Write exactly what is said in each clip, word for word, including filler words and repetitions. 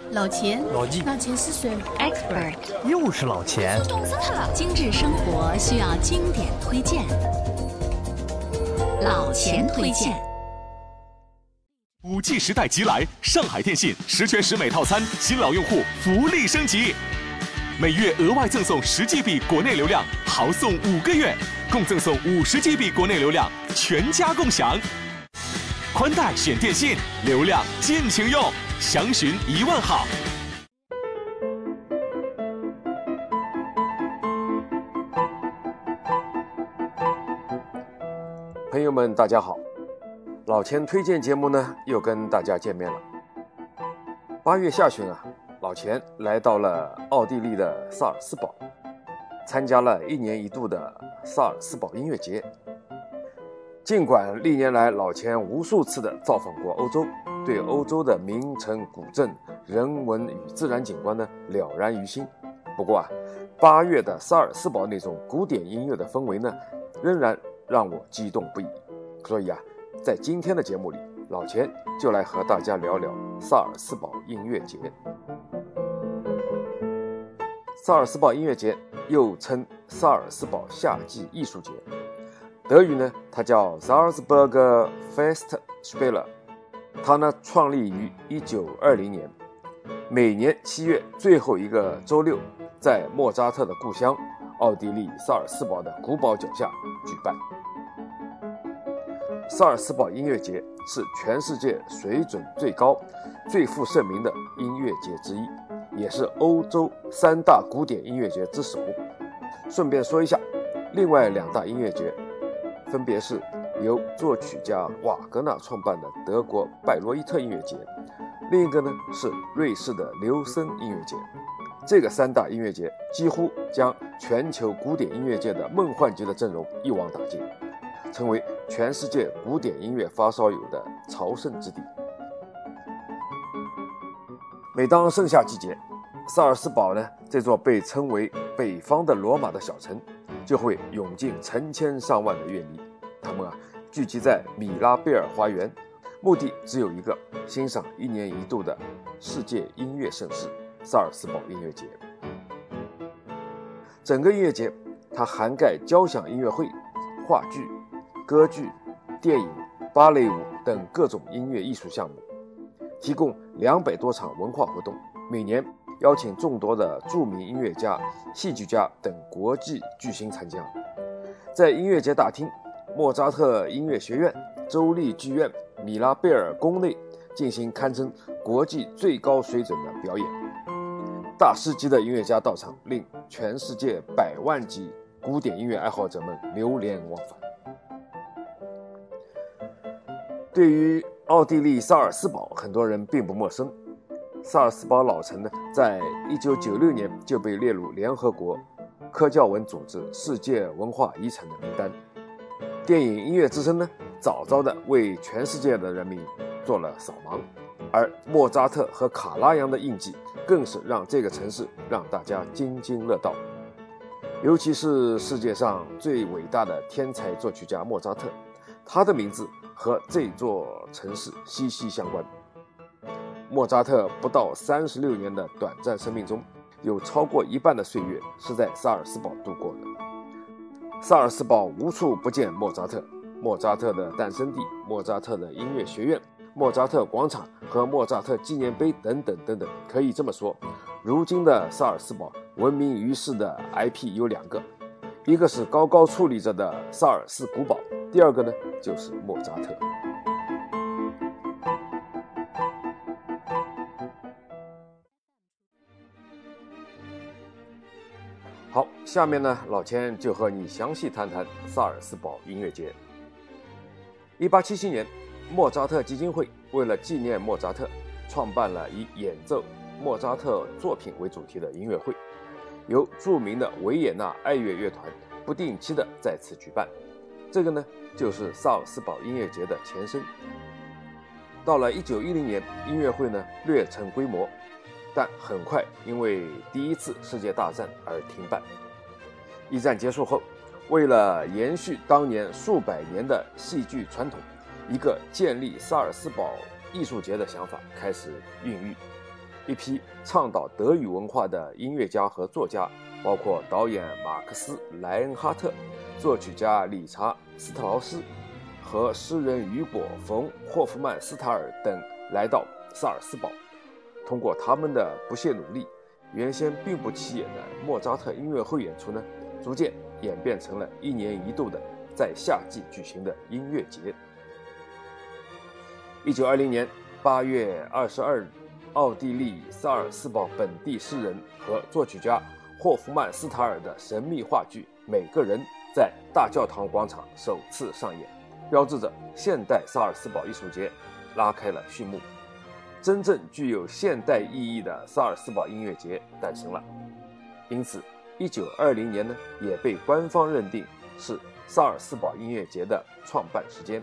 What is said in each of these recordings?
老钱， 老纪， 老钱是谁 ？Expert， 又是老钱。 我冻死他了！精致生活需要经典推荐，老钱推荐。 五 G 时代即来，上海电信十全十美套餐，新老用户福利升级，每月额外赠送十 G B 国内流量，豪送五个月，共赠送五十 G B 国内流量，全家共享。宽带选电信，流量尽情用，详询一万号。 朋友们，大家好，老钱推荐节目呢又跟大家见面了。八月下旬啊，老钱来到了奥地利的萨尔斯堡，参加了一年一度的萨尔斯堡音乐节。尽管历年来老钱无数次的造访过欧洲，对欧洲的名城古镇、人文与自然景观呢了然于心，不过啊，八月的萨尔斯堡那种古典音乐的氛围呢，仍然让我激动不已。所以啊，在今天的节目里，老钱就来和大家聊聊萨尔斯堡音乐节。萨尔斯堡音乐节又称萨尔斯堡夏季艺术节，德语呢它叫 Salzburger Festspiele， 它呢创立于一九二零年，每年七月最后一个周六，在莫扎特的故乡奥地利萨尔斯堡的古堡脚下举办。萨尔斯堡音乐节是全世界水准最高、最负盛名的音乐节之一，也是欧洲三大古典音乐节之首。顺便说一下，另外两大音乐节分别是由作曲家瓦格纳创办的德国拜罗伊特音乐节，另一个呢是瑞士的琉森音乐节。这个三大音乐节几乎将全球古典音乐界的梦幻级的阵容一网打尽，成为全世界古典音乐发烧友的朝圣之地。每当盛夏季节，萨尔斯堡呢这座被称为北方的罗马的小城，就会涌进成千上万的乐迷，他们啊聚集在米拉贝尔花园，目的只有一个，欣赏一年一度的世界音乐盛事萨尔斯堡音乐节。整个音乐节它涵盖交响音乐会、话剧、歌剧、电影、芭蕾舞等各种音乐艺术项目，提供两百多场文化活动，每年邀请众多的著名音乐家、戏剧家等国际巨星参加。在音乐节大厅、莫扎特音乐学院、州立剧院、米拉贝尔宫内进行堪称国际最高水准的表演，大师级的音乐家到场，令全世界百万级古典音乐爱好者们流连忘返。对于奥地利萨尔斯堡，很多人并不陌生。萨尔斯堡老城呢，在一九九六年就被列入联合国科教文组织世界文化遗产的名单。电影《音乐之声》呢，早早的为全世界的人民做了扫盲，而莫扎特和卡拉扬的印记更是让这个城市让大家津津乐道。尤其是世界上最伟大的天才作曲家莫扎特，他的名字和这座城市息息相关。莫扎特不到三十六年的短暂生命中，有超过一半的岁月是在萨尔斯堡度过的。萨尔斯堡无处不见莫扎特，莫扎特的诞生地、莫扎特的音乐学院、莫扎特广场和莫扎特纪念碑等等等等。可以这么说，如今的萨尔斯堡闻名于世的 I P 有两个，一个是高高矗立着的萨尔斯古堡，第二个呢就是莫扎特。好，下面呢，老钱就和你详细谈谈萨尔斯堡音乐节。一八七七年，莫扎特基金会为了纪念莫扎特，创办了以演奏莫扎特作品为主题的音乐会，由著名的维也纳爱乐乐团不定期的在此举办。这个呢，就是萨尔斯堡音乐节的前身。到了一九一零年，音乐会呢略成规模，但很快因为第一次世界大战而停办。一战结束后，为了延续当年数百年的戏剧传统，一个建立萨尔斯堡艺术节的想法开始孕育。 一批倡导德语文化的音乐家和作家，包括导演马克思·莱恩哈特、作曲家理查·斯特劳斯和诗人雨果·冯·霍夫曼斯塔尔等来到萨尔斯堡。通过他们的不懈努力，原先并不起眼的莫扎特音乐会演出呢，逐渐演变成了一年一度的在夏季举行的音乐节。一九二零年八月二十二日，奥地利萨尔斯堡本地诗人和作曲家霍夫曼斯塔尔的神秘话剧《每个人》在大教堂广场首次上演，标志着现代萨尔斯堡艺术节拉开了序幕。真正具有现代意义的萨尔斯堡音乐节诞生了。因此一九二零年呢，也被官方认定是萨尔斯堡音乐节的创办时间。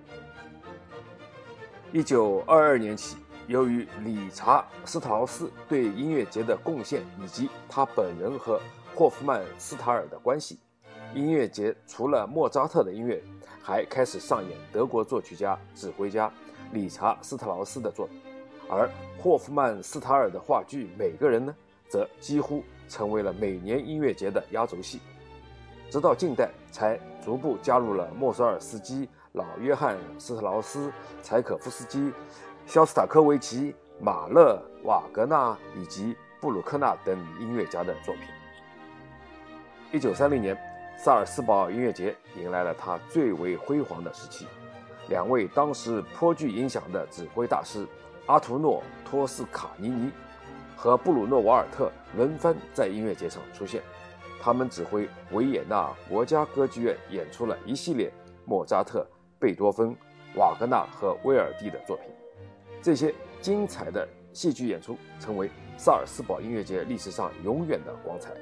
一九二二年起，由于理查·斯特劳斯对音乐节的贡献以及他本人和霍夫曼斯塔尔的关系，音乐节除了莫扎特的音乐，还开始上演德国作曲家、指挥家理查·斯特劳斯的作品，而霍夫曼斯塔尔的话剧《每个人》呢，则几乎成为了每年音乐节的压轴戏。直到近代，才逐步加入了莫索尔斯基、老约翰·斯特劳斯、柴可夫斯基、肖斯塔科维奇、马勒、瓦格纳以及布鲁克纳等音乐家的作品。一九三零年，萨尔斯堡音乐节迎来了它最为辉煌的时期。两位当时颇具影响的指挥大师阿图诺·托斯卡尼尼和布鲁诺·瓦尔特轮番在音乐节上出现，他们指挥维也纳国家歌剧院演出了一系列莫扎特、贝多芬、瓦格纳和威尔第的作品。这些精彩的戏剧演出成为萨尔斯堡音乐节历史上永远的光彩。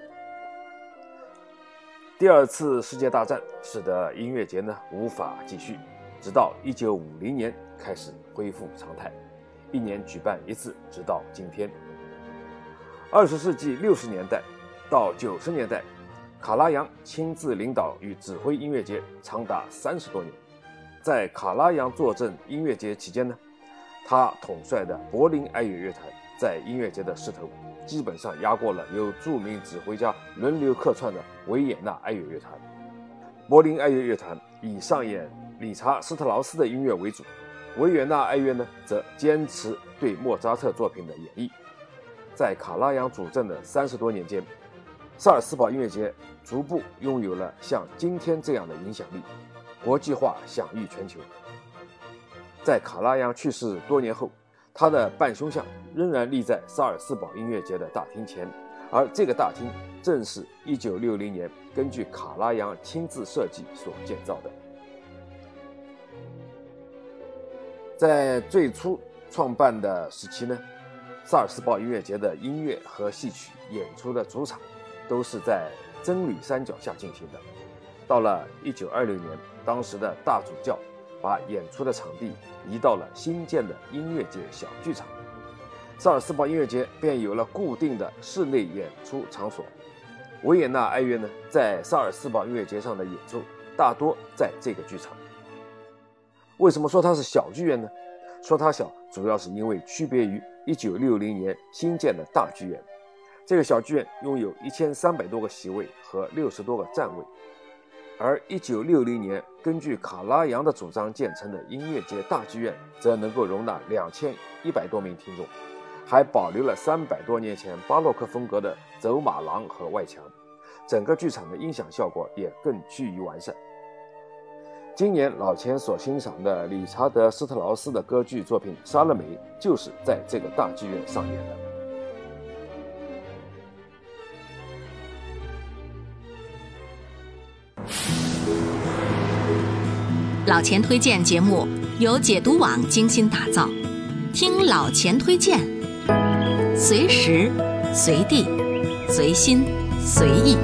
第二次世界大战使得音乐节呢无法继续，直到一九五零年开始恢复常态，一年举办一次，直到今天。二十世纪六十年代到九十年代，卡拉扬亲自领导与指挥音乐节长达三十多年。在卡拉扬坐镇音乐节期间呢，他统帅的柏林爱乐乐团在音乐节的势头基本上压过了由著名指挥家轮流客串的维也纳爱乐乐团。柏林爱乐乐团以上演理查·斯特劳斯的音乐为主，维也纳爱乐呢则坚持对莫扎特作品的演绎。在卡拉扬主政的三十多年间，萨尔斯堡音乐节逐步拥有了像今天这样的影响力，国际化享誉全球。在卡拉扬去世多年后，他的半胸像仍然立在萨尔斯堡音乐节的大厅前，而这个大厅正是一九六零年根据卡拉扬亲自设计所建造的。在最初创办的时期呢，萨尔斯堡音乐节的音乐和戏曲演出的主场都是在真理山脚下进行的。到了一九二六年，当时的大主教把演出的场地移到了新建的音乐节小剧场，萨尔斯堡音乐节便有了固定的室内演出场所。维也纳爱乐呢，在萨尔斯堡音乐节上的演出大多在这个剧场。为什么说它是小剧院呢？说它小，主要是因为区别于一九六零年新建的大剧院。这个小剧院拥有一千三百多个席位和六十多个站位，而一九六零年根据卡拉扬的主张建成的音乐节大剧院则能够容纳两千一百多名听众，还保留了三百多年前巴洛克风格的走马廊和外墙，整个剧场的音响效果也更趋于完善。今年老钱所欣赏的理查德·斯特劳斯的歌剧作品《莎乐美》就是在这个大剧院上演的。 老钱推荐节目由解读网精心打造，听老钱推荐，随时随地随心随意。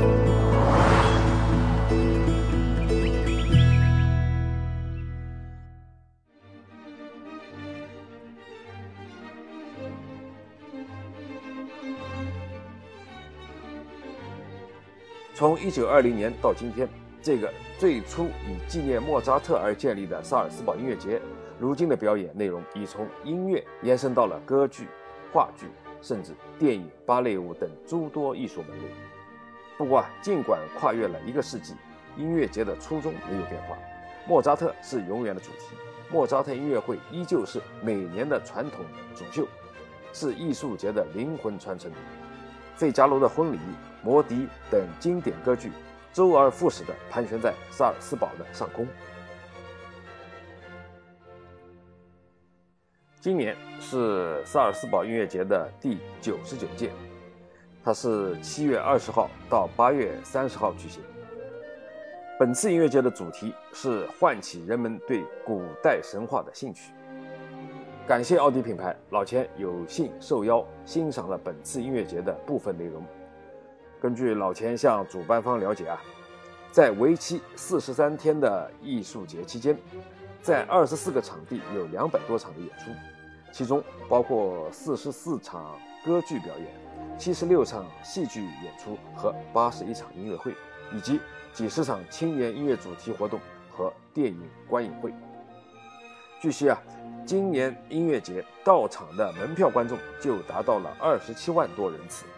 从一九二零年到今天，这个最初以纪念莫扎特而建立的萨尔斯堡音乐节，如今的表演内容已从音乐延伸到了歌剧、 话剧，甚至电影、芭蕾舞等诸多艺术门类。不过啊，尽管跨越了一个世纪，音乐节的初衷没有变化，莫扎特是永远的主题，莫扎特音乐会依旧是每年的传统主秀，是艺术节的灵魂传承。费加罗的婚礼、魔笛等经典歌剧周而复始地盘旋在萨尔斯堡的上空。今年是萨尔斯堡音乐节的第九十九届，它是七月二十号到八月三十号举行。本次音乐节的主题是唤起人们对古代神话的兴趣。感谢奥迪品牌，老钱有幸受邀欣赏了本次音乐节的部分内容。根据老钱向主办方了解啊，在为期四十三天的艺术节期间，在二十四个场地有两百多场的演出，其中包括四十四场歌剧表演、七十六场戏剧演出和八十一场音乐会，以及几十场青年音乐主题活动和电影观影会。据悉啊，今年音乐节到场的门票观众就达到了二十七万多人次。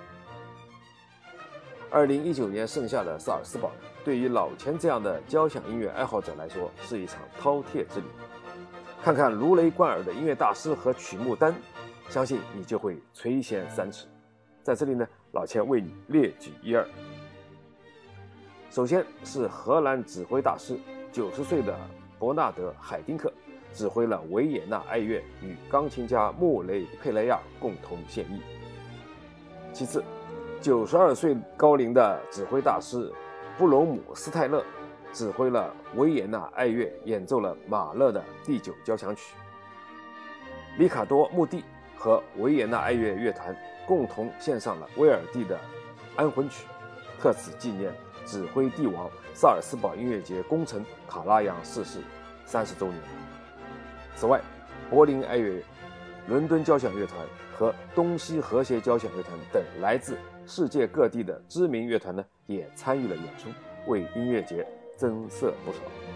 二零一九年盛夏的萨尔斯堡，对于老钱这样的交响音乐爱好者来说，是一场饕餮之旅。看看如雷贯耳的音乐大师和曲目单，相信你就会垂涎三尺。在这里呢，老钱为你列举一二。首先是荷兰指挥大师九十岁的伯纳德·海丁克指挥了维也纳爱乐与钢琴家穆雷佩莱亚共同献艺。其次，九十二岁高龄的指挥大师布隆姆斯泰勒指挥了维也纳爱乐，演奏了马勒的第九交响曲。里卡多·穆蒂和维也纳爱乐乐团共同献上了威尔第的安魂曲，特此纪念指挥帝王萨尔斯堡音乐节功臣卡拉扬逝世三十周年。此外，柏林爱乐、伦敦交响乐团和东西和谐交响乐团等来自世界各地的知名乐团呢，也参与了演出，为音乐节增色不少。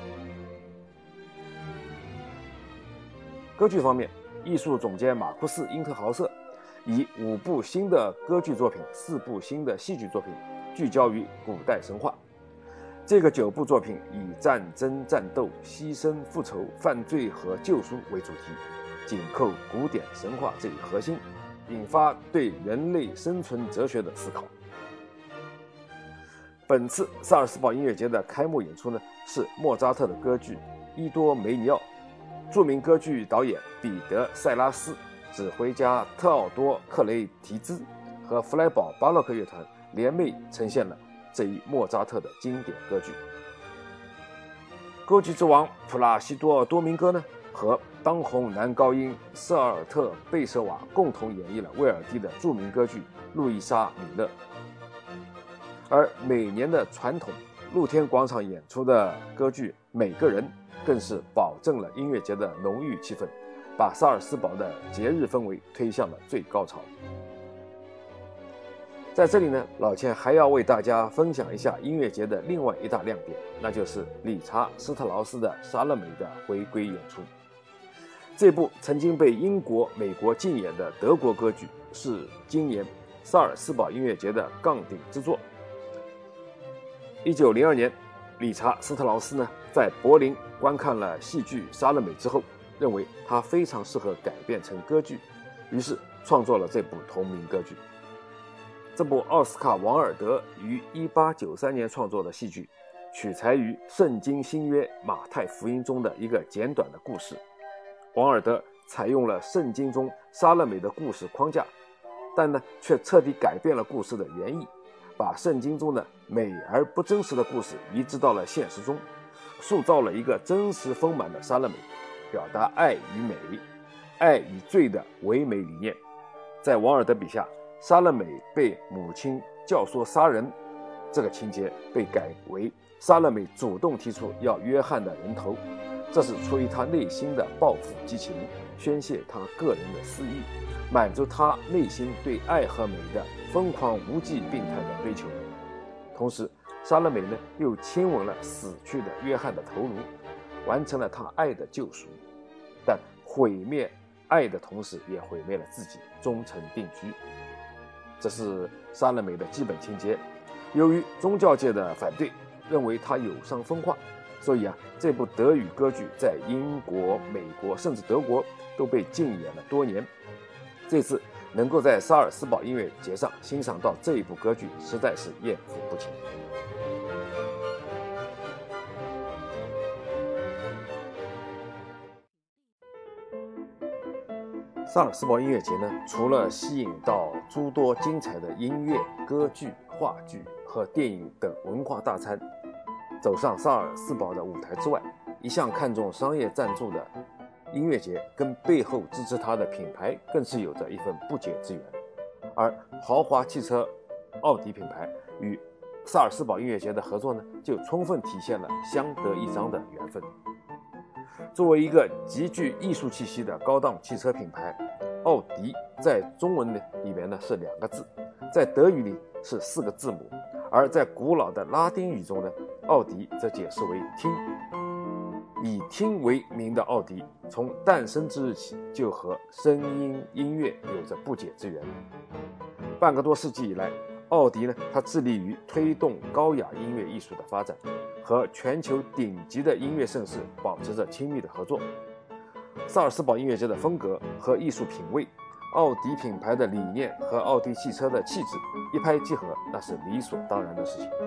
歌剧方面，艺术总监马库斯·因特豪瑟以五部新的歌剧作品、四部新的戏剧作品聚焦于古代神话。这个九部作品以战争、战斗、牺牲、复仇、犯罪和救赎为主题，紧扣古典神话这一核心，引发对人类生存哲学的思考。本次萨尔斯堡音乐节的开幕演出呢，是莫扎特的歌剧《伊多梅尼奥》，著名歌剧导演彼得·塞拉斯、指挥家特奥多·克雷提兹和弗莱堡巴洛克乐团联袂呈现了这一莫扎特的经典歌剧。歌剧之王普拉西多·多明戈呢，和当红男高音瑟尔特·贝舍瓦共同演绎了威尔第的著名歌剧《路易莎·米勒》。而每年的传统露天广场演出的歌剧《每个人》更是保证了音乐节的浓郁气氛，把萨尔斯堡的节日氛围推向了最高潮。在这里呢，老钱还要为大家分享一下音乐节的另外一大亮点，那就是理查·斯特劳斯的《莎乐美》的回归演出。这部曾经被英国、美国禁演的德国歌剧，是今年萨尔斯堡音乐节的杠顶之作。一九零二年，理查·斯特劳斯呢在柏林观看了戏剧《莎乐美》之后，认为它非常适合改编成歌剧，于是创作了这部同名歌剧。这部奥斯卡·王尔德于一八九三年创作的戏剧，取材于圣经新约马太福音中的一个简短的故事。王尔德采用了圣经中莎乐美的故事框架，但呢却彻底改变了故事的原意，把圣经中的美而不真实的故事移植到了现实中，塑造了一个真实丰满的莎乐美，表达爱与美、爱与罪的唯美理念。在王尔德笔下，莎乐美被母亲教唆杀人，这个情节被改为莎乐美主动提出要约翰的人头，这是出于她内心的报复激情，宣泄她个人的私欲，满足她内心对爱和美的疯狂无际病态的追求。同时，莎乐美呢又亲吻了死去的约翰的头颅，完成了她爱的救赎。但毁灭爱的同时也毁灭了自己，终成定居。这是莎乐美的基本情节。由于宗教界的反对，认为它有伤风化，所以啊，这部德语歌剧在英国、美国甚至德国都被禁演了多年。这次能够在萨尔斯堡音乐节上欣赏到这一部歌剧，实在是艳福不浅。萨尔斯堡音乐节呢，除了吸引到诸多精彩的音乐、歌剧、话剧和电影等文化大餐走上萨尔斯堡的舞台之外，一向看重商业赞助的音乐节跟背后支持它的品牌更是有着一份不解之缘。而豪华汽车奥迪品牌与萨尔斯堡音乐节的合作呢，就充分体现了相得益彰的缘分。作为一个极具艺术气息的高档汽车品牌，奥迪在中文里面呢是两个字，在德语里是四个字母，而在古老的拉丁语中呢，奥迪则解释为听。以听为名的奥迪，从诞生之日起就和声音音乐有着不解之缘。半个多世纪以来，奥迪呢，它致力于推动高雅音乐艺术的发展，和全球顶级的音乐盛事保持着亲密的合作。萨尔斯堡音乐节的风格和艺术品味，奥迪品牌的理念和奥迪汽车的气质一拍即合，那是理所当然的事情。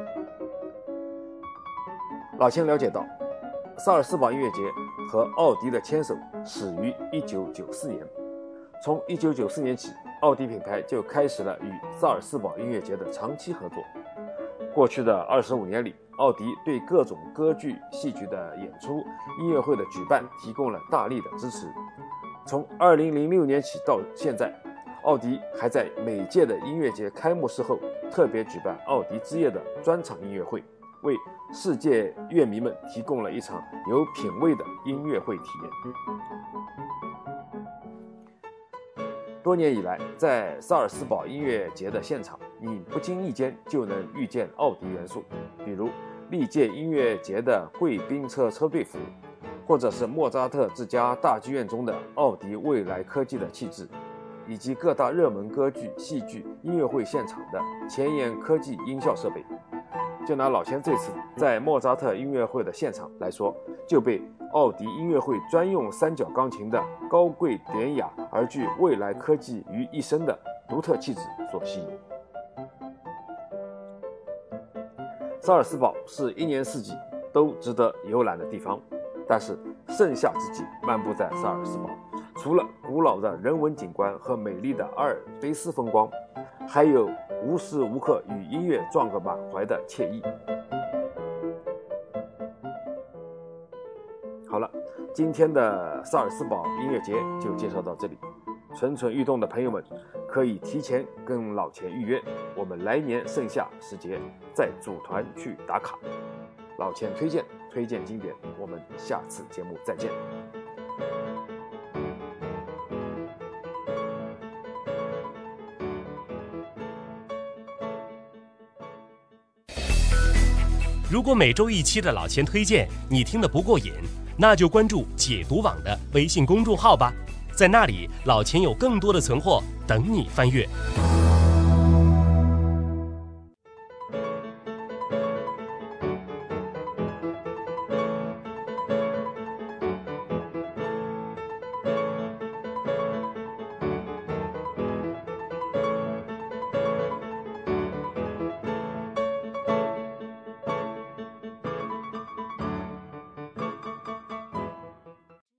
老钱了解到，萨尔斯堡音乐节和奥迪的牵手始于一九九四年，从一九九四年起，奥迪品牌就开始了与萨尔斯堡音乐节的长期合作。过去的二十五年里，奥迪对各种歌剧、戏剧的演出、音乐会的举办提供了大力的支持。从二零零六年起到现在，奥迪还在每届的音乐节开幕式后特别举办奥迪之夜的专场音乐会，为世界乐迷们提供了一场有品味的音乐会体验。多年以来，在萨尔斯堡音乐节的现场，你不经意间就能遇见奥迪元素，比如历届音乐节的贵宾车车队服，或者是莫扎特之家大剧院中的奥迪未来科技的气质，以及各大热门歌剧、戏剧、音乐会现场的前沿科技音效设备。就拿老钱这次在莫扎特音乐会的现场来说，就被奥迪音乐会专用三角钢琴的高贵典雅而具未来科技于一身的独特气质所吸引。萨尔斯堡是一年四季都值得游览的地方，但是盛夏之际漫步在萨尔斯堡，除了古老的人文景观和美丽的阿尔卑斯风光，还有无时无刻与音乐撞个满怀的惬意。好了，今天的萨尔斯堡音乐节就介绍到这里。蠢蠢欲动的朋友们可以提前跟老钱预约，我们来年盛夏时节再组团去打卡。老钱推荐推荐经典，我们下次节目再见。 如果每周一期的老钱推荐你听得不过瘾，那就关注解读网的微信公众号吧，在那里老钱有更多的存货等你翻阅。